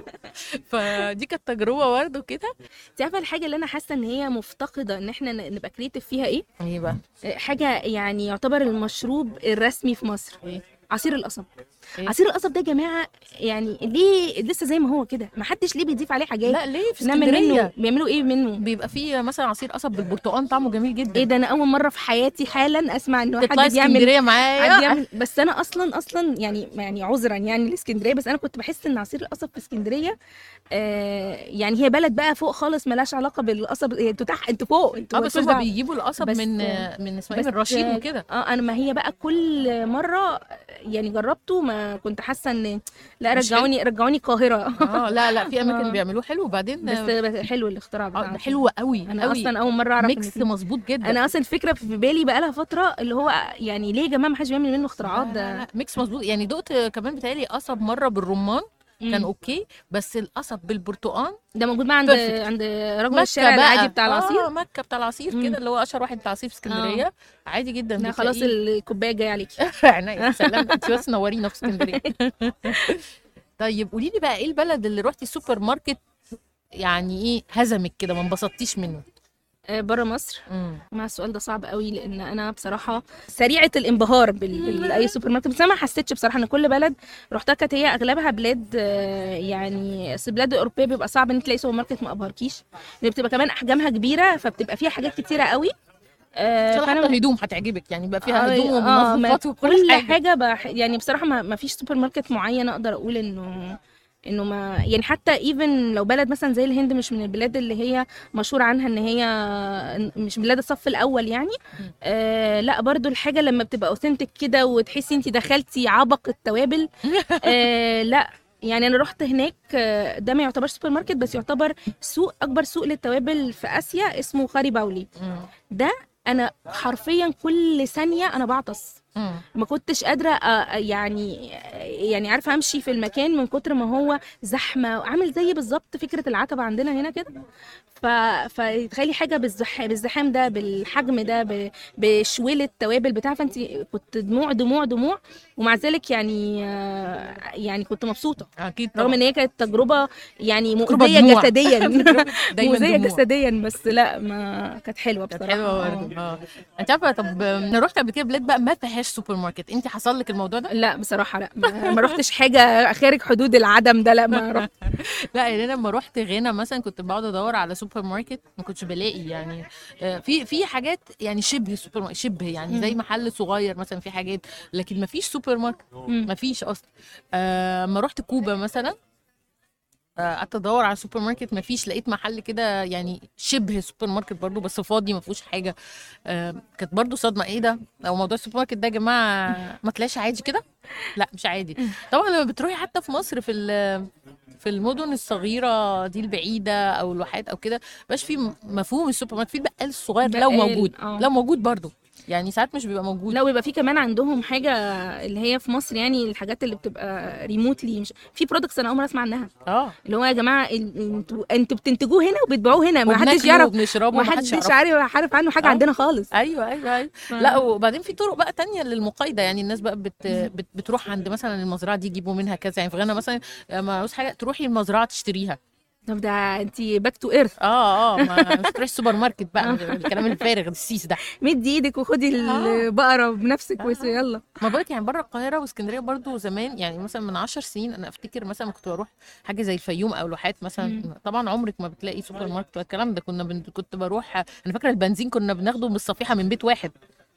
Speaker 1: فدي كانت تجربه برده كده.
Speaker 2: انت عارفه الحاجه اللي انا حاسه ان هي مفتقده ان احنا نبقى كريتيف فيها ايه
Speaker 1: بقى؟
Speaker 2: حاجه يعني يعتبر المشروب الرسمي في مصر. عصير القصب. عصير القصب ده يا جماعه يعني ليه لسه زي ما هو كده؟ ما حدش ليه بيضيف عليه حاجات؟
Speaker 1: لا ليه؟ في اسكندريه
Speaker 2: بيعملوا ايه منه؟
Speaker 1: بيبقى فيه مثلا عصير قصب بالبرتقال، طعمه جميل جدا.
Speaker 2: ايه ده؟ انا اول مره في حياتي حالا اسمع انه حد بيعمل
Speaker 1: اسكندريه معايا.
Speaker 2: بس انا اصلا يعني عذرا يعني الاسكندريه، بس انا كنت بحس ان عصير القصب في اسكندريه يعني هي بلد بقى فوق خالص مالهاش علاقه بالقصب. انتوا فوق، انتوا
Speaker 1: بس هم بيجيبوا القصب من اسماعيل الرشيد وكده.
Speaker 2: انا ما هي بقى كل مره يعني جربته، ما كنت حاسه ان لا، رجعوني القاهره.
Speaker 1: لا في اماكن بيعملوه حلو. وبعدين
Speaker 2: بس حلو الاختراع بتاعه،
Speaker 1: حلو قوي.
Speaker 2: انا اصلا اول مره اعرف
Speaker 1: ميكس مظبوط جدا.
Speaker 2: انا اصلا الفكره في بالي بقى لها فتره اللي هو يعني ليه يا جماعه ما حدش بيعمل منه اختراعات؟ ده
Speaker 1: ميكس مظبوط يعني. دقت كمان بتهيألي قصب مره بالرمان، كان اوكي. بس القصب بالبرتقال
Speaker 2: ده موجود بقى عند رجل الشارع العادي بتاع العصير.
Speaker 1: مكه بتاع العصير كده، اللي هو اشهر واحد بتاع عصير في اسكندريه. عادي جدا.
Speaker 2: لا خلاص الكوبايه جايه عليكي.
Speaker 1: عينيا سلام، انت بس نورينا في اسكندريه. طيب قولي لي بقى، ايه البلد اللي روحتي السوبر ماركت يعني ايه هزمك كده ما انبسطتيش منه؟
Speaker 2: بره مصر. مع السؤال ده صعب قوي، لان انا بصراحه سريعه الانبهار باي سوبر ماركت. بس انا ما حسيتش بصراحه ان كل بلد رحتها كانت هي اغلبها بلاد يعني البلاد الاوروبيه بيبقى صعب ان تلاقي سوبر ماركت ما ابهركيش، لان بتبقى كمان احجامها كبيره، فبتبقى فيها حاجات كتيره قوي.
Speaker 1: فانا الهدوم هتعجبك يعني، بقى فيها هدوم ومنظفات وكل
Speaker 2: حاجه يعني بصراحه ما فيش سوبر ماركت معين اقدر اقول انه انه ما يعني حتى ايفن لو بلد مثلا زي الهند مش من البلاد اللي هي مشهوره عنها ان هي مش بلاد الصف الاول يعني، لا برضو الحاجه لما بتبقى اوثنتك كده وتحسي انت دخلتي عبق التوابل. لا يعني انا رحت هناك، ده ما يعتبرش سوبر ماركت بس يعتبر سوق، اكبر سوق للتوابل في اسيا اسمه خاري باولي. ده انا حرفيا كل ثانيه انا بعطس، ما كنتش قادره يعني عارفه امشي في المكان من كتر ما هو زحمه، عامل زي بالظبط فكره العتبه عندنا هنا كده. فتخيلي حاجه بالزحام ده، بالحجم ده، بشويله التوابل بتاع، فانت كنت دموع دموع دموع، ومع ذلك يعني كنت مبسوطه
Speaker 1: اكيد
Speaker 2: رغم
Speaker 1: طبعا.
Speaker 2: ان هي كانت تجربه يعني
Speaker 1: تجربة
Speaker 2: مؤذيه
Speaker 1: دموع.
Speaker 2: جسديا.
Speaker 1: دايما
Speaker 2: مؤذيه
Speaker 1: دموع.
Speaker 2: جسديا، بس لا ما كانت حلوه
Speaker 1: كانت
Speaker 2: بصراحه.
Speaker 1: حلوه برضه. انت عارفه، طب انا رحت قبل كده بلاد بقى ما فيهاش سوبر ماركت، انت حصل لك الموضوع ده؟
Speaker 2: لا بصراحه لا، ما رحتش حاجه خارج حدود العدم ده، لا ما رحت.
Speaker 1: لا يعني انا لما رحت غانا مثلا كنت بقعد ادور على سوبر ماركت ما كنتش بلاقي يعني. في حاجات يعني شبه سوبر ماركت، شبه يعني زي محل صغير مثلا في حاجات، لكن ما فيش سوبر ماركت، ما فيش اصلا. لما رحت كوبا مثلا قعدت ادور على سوبر ماركت ما فيش، لقيت محل كده يعني شبه سوبر ماركت برضو بس فاضي ما فيهوش حاجه. كانت برضو صدمه، ايه ده؟ او موضوع السوبر ماركت ده يا جماعه ما طلعش عادي كده؟ لا مش عادي. طبعا لما بتروحي حتى في مصر في المدن الصغيره دي البعيده او الواحات او كده، مبقاش في مفهوم السوبر ماركت، في البقال الصغير لو موجود، لو موجود برضو يعني ساعات مش بيبقى موجود.
Speaker 2: لو بيبقى في كمان عندهم حاجه اللي هي في مصر يعني الحاجات اللي بتبقى ريموتلي، مش في برودكتس انا اول مره اسمع عنها، اللي هو يا جماعه انتوا بتنتجوه هنا وبتبيعوه هنا، ما حدش يعرف،
Speaker 1: ما
Speaker 2: حدش عارف عنه حاجه عندنا خالص.
Speaker 1: ايوه. لا وبعدين في طرق بقى تانية للمقايضه، يعني الناس بقى بتروح عند مثلا المزرعه دي يجيبوا منها كذا، يعني في غانا مثلا ما عاوز حاجه تروحي المزرعه تشتريها.
Speaker 2: طب ده انت باك تو ايرث.
Speaker 1: ما مش تروحي السوبر ماركت بقى الكلام الفارغ السيس ده.
Speaker 2: مدي ايدك وخدي البقره بنفسك يلا.
Speaker 1: ما بالك يعني بره القاهره واسكندريه برضو زمان، يعني مثلا من 10 سنين انا افتكر مثلا كنت بروح حاجه زي الفيوم او الواحات مثلا، طبعا عمرك ما بتلاقي سوبر ماركت والكلام ده. كنت بروح، انا فاكره البنزين كنا بناخده من الصفيحه من بيت واحد،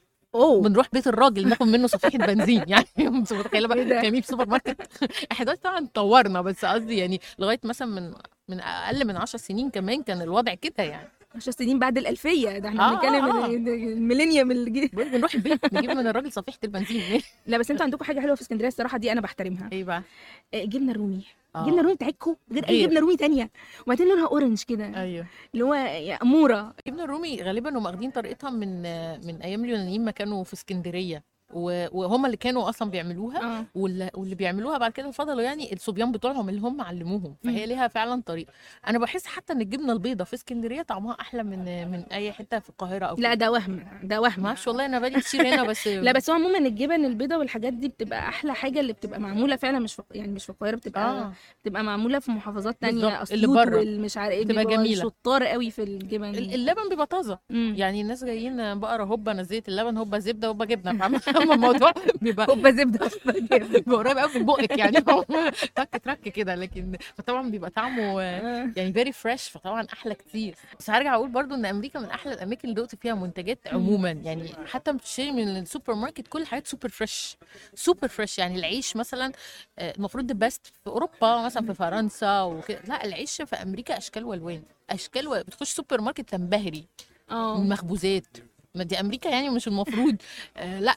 Speaker 1: بنروح بيت الراجل ناخد منه صفيحه بنزين يعني. انت متخيله بقى كان في سوبر ماركت؟ احنا دلوقتي طبعا اتطورنا، بس قصدي يعني لغايه مثلا من اقل من 10 سنين كمان كان الوضع كده يعني.
Speaker 2: 10 سنين بعد الألفية ده احنا بنتكلم الميلينيوم اللي
Speaker 1: بنروح البيت نجيب من الراجل صفيحه البنزين.
Speaker 2: لا بس انتوا عندكم حاجه حلوه في اسكندريه الصراحه دي انا بحترمها.
Speaker 1: ايه بقى؟
Speaker 2: جبنه رومي. جبنه رومي بتاعتكم غير اي جبنه رومي تانية، وبعدين لونها اورنج كده.
Speaker 1: ايوه
Speaker 2: اللي هو اموره.
Speaker 1: الجبنه الرومي غالبا هم واخدين طريقتها من ايام اليونانيين ما كانوا في اسكندريه، وهم اللي كانوا اصلا بيعملوها. واللي بيعملوها بعد كده فضلوا يعني الصبيان بتوعهم اللي هم علموهم، فهي ليها فعلا طريقه. انا بحس حتى ان الجبنه البيضاء في اسكندريه طعمها احلى من اي حته في القاهره او
Speaker 2: لا ده وهم ما
Speaker 1: اعرفش والله، انا بقالي كتير هنا بس.
Speaker 2: لا بس هو عموما الجبن البيضاء والحاجات دي بتبقى احلى حاجه، اللي بتبقى معموله فعلا مش في القاهره، بتبقى معموله في محافظات تانية، اسيوط والمش عارف ايه،
Speaker 1: بتبقى جميله،
Speaker 2: شطار قوي في الجبن.
Speaker 1: اللبن بيبقى طازه يعني، الناس جايين بقره هوبا نزلت اللبن، هوبا زبده، هوبا جبنه، فاهمه الموضوع بيبقى
Speaker 2: هوبا زبده
Speaker 1: بيبقى قريب قوي من بقك يعني. ترك كده، لكن فطبعا بيبقى طعمه يعني فيري فريش، فطبعا احلى كتير. بس هرجع اقول برضو ان امريكا من احلى الاماكن اللي دقت فيها منتجات عموما، يعني حتى بتشتري من السوبر ماركت كل حاجات سوبر فريش يعني العيش مثلا المفروض البست في اوروبا مثلا في فرنسا وكده، لا العيش في امريكا اشكال والوان، بتخش سوبر ماركت تنبهري من مخبوزات. ما دي امريكا يعني مش المفروض. لا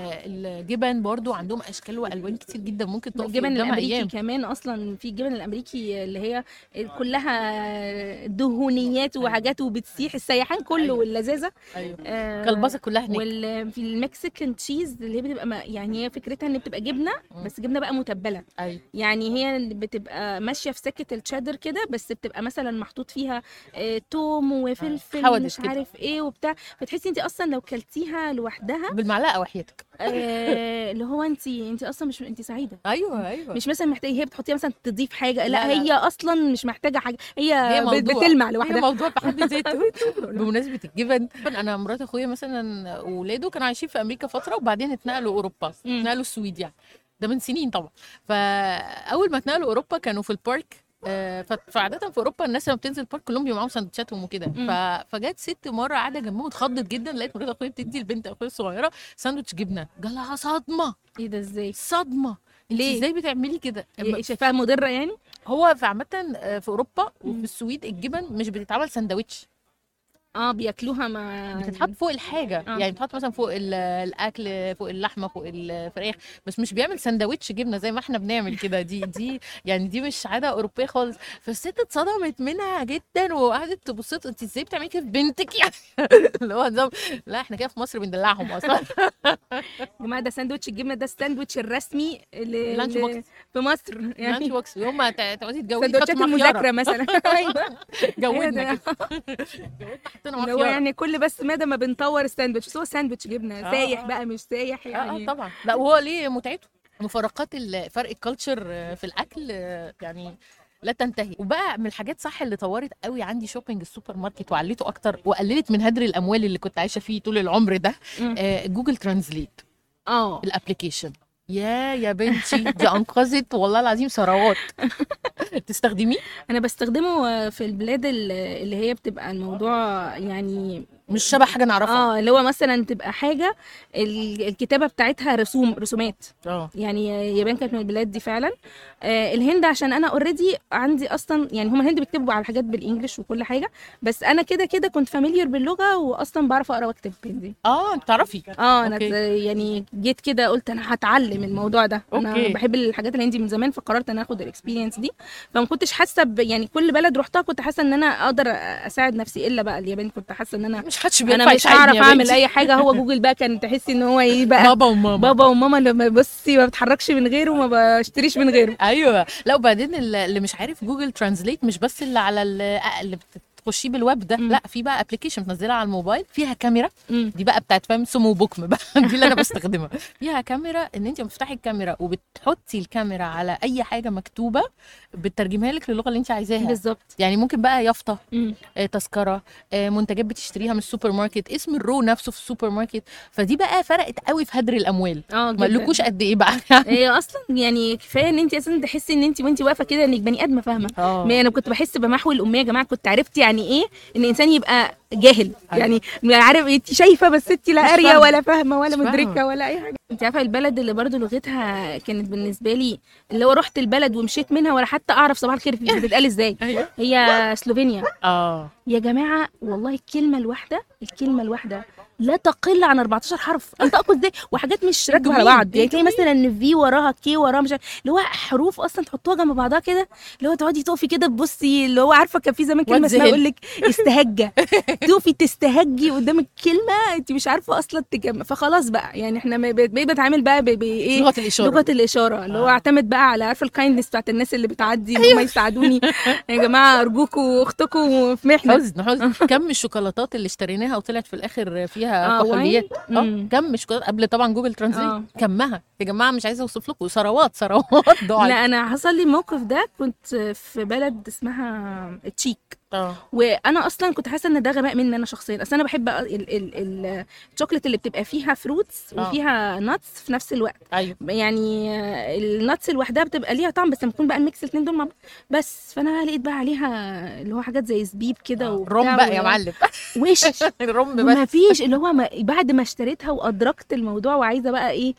Speaker 1: الجبن برضو عندهم اشكال والوان كتير جدا ممكن تقف
Speaker 2: الجبن الامريكي
Speaker 1: أيام.
Speaker 2: كمان اصلا في الجبن الامريكي اللي هي كلها دهونيات وحاجات وبتسيح السيحان كله واللذاذه.
Speaker 1: كلبسه كلها هناك.
Speaker 2: وفي المكسيكان تشيز اللي هي بتبقى يعني هي فكرتها ان بتبقى جبنه بس جبنه بقى متبله. يعني هي بتبقى ماشيه في سكه التشيدر كده، بس بتبقى مثلا محطوط فيها توم وفلفل مش عارف ايه وبتاع، فتحسي انت اصلا لو كلتيها لوحدها
Speaker 1: بالمعلقه وحياتك
Speaker 2: اللي هو انت اصلا مش انت سعيده.
Speaker 1: ايوه
Speaker 2: مش مثلا محتاجه هي بتحطيها مثلا تضيف حاجه، لا هي اصلا مش محتاجه حاجه، هي بتلمع لوحدها،
Speaker 1: هي موضوع بحد ذاته. بمناسبه الجبن، انا مرات اخويا مثلا وولاده كانوا عايشين في امريكا فتره وبعدين اتنقلوا اوروبا، اتنقلوا السويد يعني، ده من سنين طبعا. فاول ما اتنقلوا اوروبا كانوا في البارك، فعادة في اوروبا الناس لما بتنزل البارك كلهم بيبقوا معاهم سندوتشاتهم وكده. فجت ست مره قاعده جنبهم اتخضت جدا، لقيت مرات اخويا بتدي البنت اخويا الصغيره ساندوتش جبنه، جالها صدمه.
Speaker 2: ايه ده ازاي؟
Speaker 1: صدمه. ليه ازاي بتعملي كده؟
Speaker 2: شايفاها مضره يعني؟
Speaker 1: هو في عامه في اوروبا وفي السويد الجبن مش بتتعمل سندوتش،
Speaker 2: بياكلوها مع
Speaker 1: بتتحط فوق الحاجه. يعني بتحط مثلا فوق الاكل، فوق اللحمه، فوق الفراخ، بس مش بيعمل سندوتش جبنه زي ما احنا بنعمل كده. دي يعني دي مش عاده اوروبيه خالص. فالست اتصدمت منها جدا وقعدت تبص انت ازاي بتعملي كده في بنتك يعني. اللي هو نظام لا احنا كده في مصر بندلعهم اصلا.
Speaker 2: يا جماعه ده ساندوتش الجبنه، ده الساندوتش الرسمي
Speaker 1: لانش بوكس
Speaker 2: في مصر
Speaker 1: لانش
Speaker 2: يعني.
Speaker 1: بوكس يوم ما تقعدي تجوزي
Speaker 2: سندوتشات المذاكره مثلا. ايوه
Speaker 1: جودنا كده.
Speaker 2: اللي هو يعني كل بس مدى ما بنطور الساندوتش، بس هو ساندوتش جبنه سايح بقى مش سايح يعني.
Speaker 1: طبعا. لا وهو ليه متعته، مفارقات فرق الكالتشر في الاكل يعني لا تنتهي. وبقى من الحاجات صح اللي طورت قوي عندي شوبينج السوبر ماركت وعليته اكتر وقللت من هدر الاموال اللي كنت عايشه فيه طول العمر ده. جوجل ترانزليت الابلكيشن يا بنتي دي انقذت والله العظيم ثروات. تستخدميه؟
Speaker 2: انا بستخدمه في البلاد اللي هي بتبقى الموضوع يعني
Speaker 1: مش شبه حاجه نعرفها.
Speaker 2: اللي هو مثلا تبقى حاجه الكتابه بتاعتها رسومات. يعني اليابان كانت من البلاد دي فعلا. الهند عشان انا اوريدي عندي اصلا يعني هم الهند بيكتبوا على حاجات بالانجلش وكل حاجه، بس انا كده كده كنت فاميليار باللغه واصلا بعرف اقرا واكتب هندي.
Speaker 1: انت تعرفي؟
Speaker 2: انا يعني جيت كده قلت انا هتعلم الموضوع ده. انا بحب الحاجات الهندي من زمان، فقررت ان اخد الاكسبيرينس دي. فما كنتش حاسه يعني كل بلد رحتها كنت حاسه ان انا اقدر اساعد نفسي، الا بقى اليابان كنت حاسه ان انا انا مش هعرف اعمل اي حاجه. هو جوجل بقى كان تحسي ان هو ايه بقى بابا وماما لما بصي ما بتحركش من غيره وما بشتريش من غيره.
Speaker 1: ايوه. لا وبعدين اللي مش عارف جوجل ترانزليت مش بس اللي على اللي تخشيه بالويب ده. لا في بقى ابلكيشن بتنزلها على الموبايل فيها كاميرا. دي بقى بتاعت فاهم سمو بكم بقى. دي اللي انا بستخدمها. فيها كاميرا ان انت بتفتحي الكاميرا وبتحطي الكاميرا على اي حاجه مكتوبه بترجمها لك للغه اللي انت عايزاها
Speaker 2: بالظبط.
Speaker 1: يعني ممكن بقى يافطه، تذكره، منتجات بتشتريها من السوبر ماركت، اسم الرو نفسه في السوبر ماركت. فدي بقى فرقت قوي في هدر الاموال. ما قالكوش قد ايه بقى.
Speaker 2: هي اصلا يعني كفايه ان انت اصلا تحسي ان انت وانت واقفه كده انك بني ادمه فاهمه. انا كنت بحس بمحو الاميه يا جماعه. كنت عرفت يعني ايه ان الانسان يبقى جاهل. يعني عارف انت شايفه بس انت لا قاريه ولا فاهمه ولا مدركه ولا اي حاجه. انت عارفه البلد اللي برضو لغتها كانت بالنسبه لي اللي هو رحت البلد ومشيت منها ولا حتى اعرف صباح الخير بتتقال ازاي. هي سلوفينيا. يا جماعه والله الكلمه الواحده لا تقل عن 14 حرف. انطقوا ازاي وحاجات مش راكبه على بعض. يعني تلاقي مثلا ان في وراها كي وراها مش اللي هو حروف اصلا تحطوها جنب بعضها كده، اللي هو تقعدي تقفي كده تبصي. اللي هو عارفه كان في زمان كلمه اسمها يقول لك استهجه. تقفي تستهجي قدام الكلمه انت مش عارفه اصلا تجمع. فخلاص بقى يعني احنا بقيت بتعامل بقى بايه لغه الاشاره. اللي هو اعتمد بقى على عارفه الكايندنس بتاعت الناس اللي بتعدي ان هم يساعدوني. يا جماعه ارجوكوا اختكم في محنه.
Speaker 1: حزن كم الشوكولاتات اللي اشتريناها وطلعت في الاخر فيها كحوليات. كم الشوكولاتات قبل طبعا جوجل ترانزليت. كمها يا جماعه مش عايزه اوصف لكم. ثروات ضاعت.
Speaker 2: لا انا حصل لي الموقف ده. كنت في بلد اسمها تشيك. وانا اصلا كنت حاسه ان ده غباء مني انا شخصيا. اصل انا بحب الشوكليت اللي بتبقى فيها فروتس وفيها ناتس في نفس الوقت. يعني الناتس لوحدها بتبقى ليها طعم، بس لما يكون بقى الميكس الاثنين دول مع بس. فانا لقيت بقى عليها اللي هو حاجات زي زبيب كده
Speaker 1: رم بقى يا معلم.
Speaker 2: وش
Speaker 1: الرم بس
Speaker 2: ما فيش. اللي هو بعد ما اشتريتها وادركت الموضوع وعايزه بقى ايه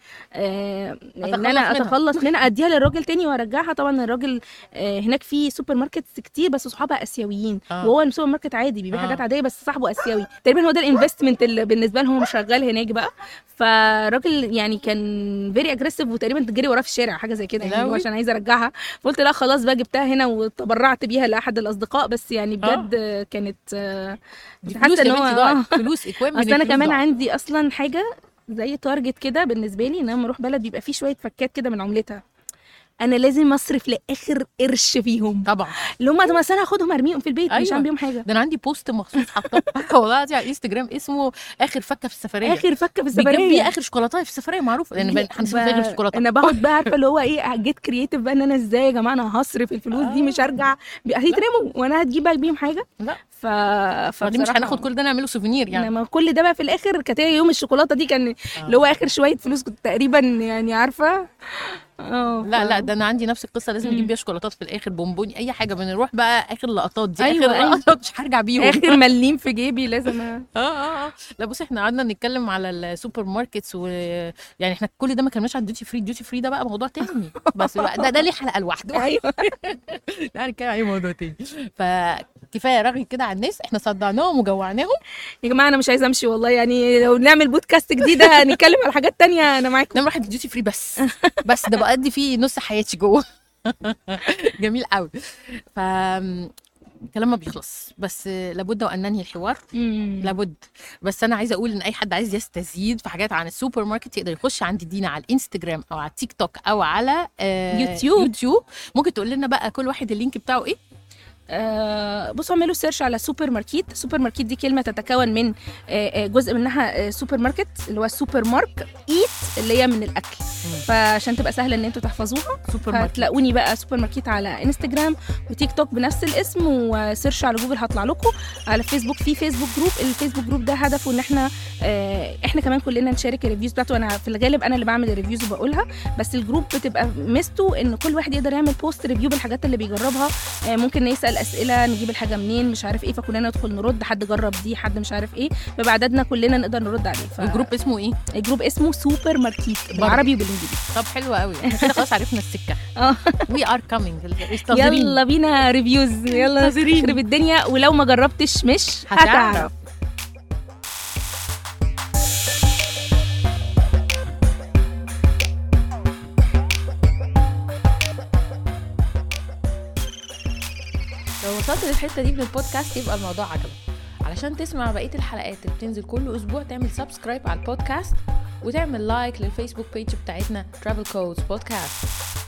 Speaker 2: ان انا اتخلص منها اديها للراجل تاني وارجعها. طبعا الراجل هناك في سوبر ماركتس كتير بس صحابها اسيويين. وهو السوبر ماركت عادي بيبيع حاجات عاديه بس صاحبه اسيوي تقريبا. هو ده الانفستمنت اللي بالنسبه لهم هو شغال هناك بقى. فالراجل يعني كان فيري اجريسيف وتقريبا تجري وراه في الشارع حاجه زي كده يعني عشان عايزه ارجعها. فقلت لا خلاص بقى جبتها هنا وتبرعت بيها لاحد الاصدقاء. بس يعني بجد كانت
Speaker 1: حاسه ان هو فلوس
Speaker 2: اصل انا كمان عندي اصلا حاجه زي تارجت كده بالنسبه لي ان انا لما اروح بلد بيبقى فيه شويه فكات كده من عملتها. انا لازم اصرف لاخر قرش فيهم
Speaker 1: طبعا.
Speaker 2: اللي هم طب انا هاخدهم ارميهم في البيت. مش هعمل بيهم حاجه.
Speaker 1: ده انا عندي بوست مخصوص حاطاه والله دي على انستجرام اسمه اخر فكه في السفريه. بيجيب لي اخر شوكولاته في السفريه معروفه لان هنسيب غير الشوكولاته.
Speaker 2: انا بقعد بقى عارفه اللي هو ايه جيت كرييتيف بقى ان انا ازاي يا جماعه انا هصرف الفلوس دي مش هرجع هيترموا وانا هتجيب بقى بيهم حاجه.
Speaker 1: لا فدي مش هناخد كل ده نعمله سوفينير يعني.
Speaker 2: انما كل ده بقى في الاخر كانت هي يوم الشوكولاته دي كان اللي هو اخر شويه فلوس كنت تقريبا يعني عارفه.
Speaker 1: لا ده انا عندي نفس القصه، لازم نجيب بيها شوكولاتات في الاخر، بونبوني اي حاجه، بنروح بقى اخر لقطات دي.
Speaker 2: أيوة
Speaker 1: اخر لقطات مش هرجع بيهم،
Speaker 2: اخر مليم في جيبي لازم
Speaker 1: لا بصي احنا قعدنا نتكلم على السوبر ماركتس يعني احنا كل ده ما كناش على الديوتي فري. الديوتي فري ده بقى موضوع تاني بس ده ليه حلقه لوحده.
Speaker 2: ايوه
Speaker 1: لا هنتكلم عليه موضوع تاني. فكفايه رغي كده على الناس، احنا صدعناهم وجوعناهم
Speaker 2: يا جماعه. انا مش عايزه امشي والله، يعني لو نعمل بودكاست جديد هنتكلم على حاجات تانية انا معاكم.
Speaker 1: نروح الديوتي فري بس ده بقضي فيه نص حياتي جوه. جميل قوي. كلام ما بيخلص، بس لابد وان ننهي الحوار. لابد. بس انا عايزه اقول ان اي حد عايز يستزيد في حاجات عن السوبر ماركت يقدر يخش عند دينا على الانستجرام او على التيك توك او على يوتيوب. ممكن تقول لنا بقى كل واحد اللينك بتاعه ايه؟
Speaker 2: بصوا اعملوا سيرش على سوبر ماركت. سوبر ماركت دي كلمه تتكون من جزء منها سوبر ماركت اللي هو السوبر مارك ايت اللي هي من الاكل، فعشان تبقى سهله ان انتوا تحفظوها
Speaker 1: سوبر ماركت.
Speaker 2: هتلاقوني بقى سوبر ماركت على انستجرام وتيك توك بنفس الاسم، وسيرش على جوجل هطلع لكم. على فيسبوك في فيسبوك جروب. الفيسبوك جروب ده هدفه ان احنا كمان كلنا نشارك الريفيوز بتاعته. انا في الغالب انا اللي بعمل الريفيوز وبقولها، بس الجروب بتبقى ميزته ان كل واحد يقدر يعمل بوست ريفيو بالحاجات اللي بيجربها. ممكن نسال اسئله، نجيب الحاجه منين مش عارف ايه، فكلنا ندخل نرد، حد جرب دي حد مش عارف ايه، بيبقى عددنا كلنا نقدر نرد عليه.
Speaker 1: الجروب اسمه ايه؟
Speaker 2: الجروب اسمه سوبر ماركت بالعربي وبالانجليزي.
Speaker 1: طب حلو قوي، احنا كده خلاص عرفنا السكه. وي ار كامينج.
Speaker 2: يلا بينا ريفيوز، يلا نخرب الدنيا، ولو ما جربتش مش هتعرف. لو وصلت للحته دي من البودكاست يبقى الموضوع عجبك. علشان تسمع بقيه الحلقات اللي بتنزل كل اسبوع تعمل سبسكرايب على البودكاست وتعمل لايك للفيسبوك بيج بتاعتنا Travel Codes Podcast.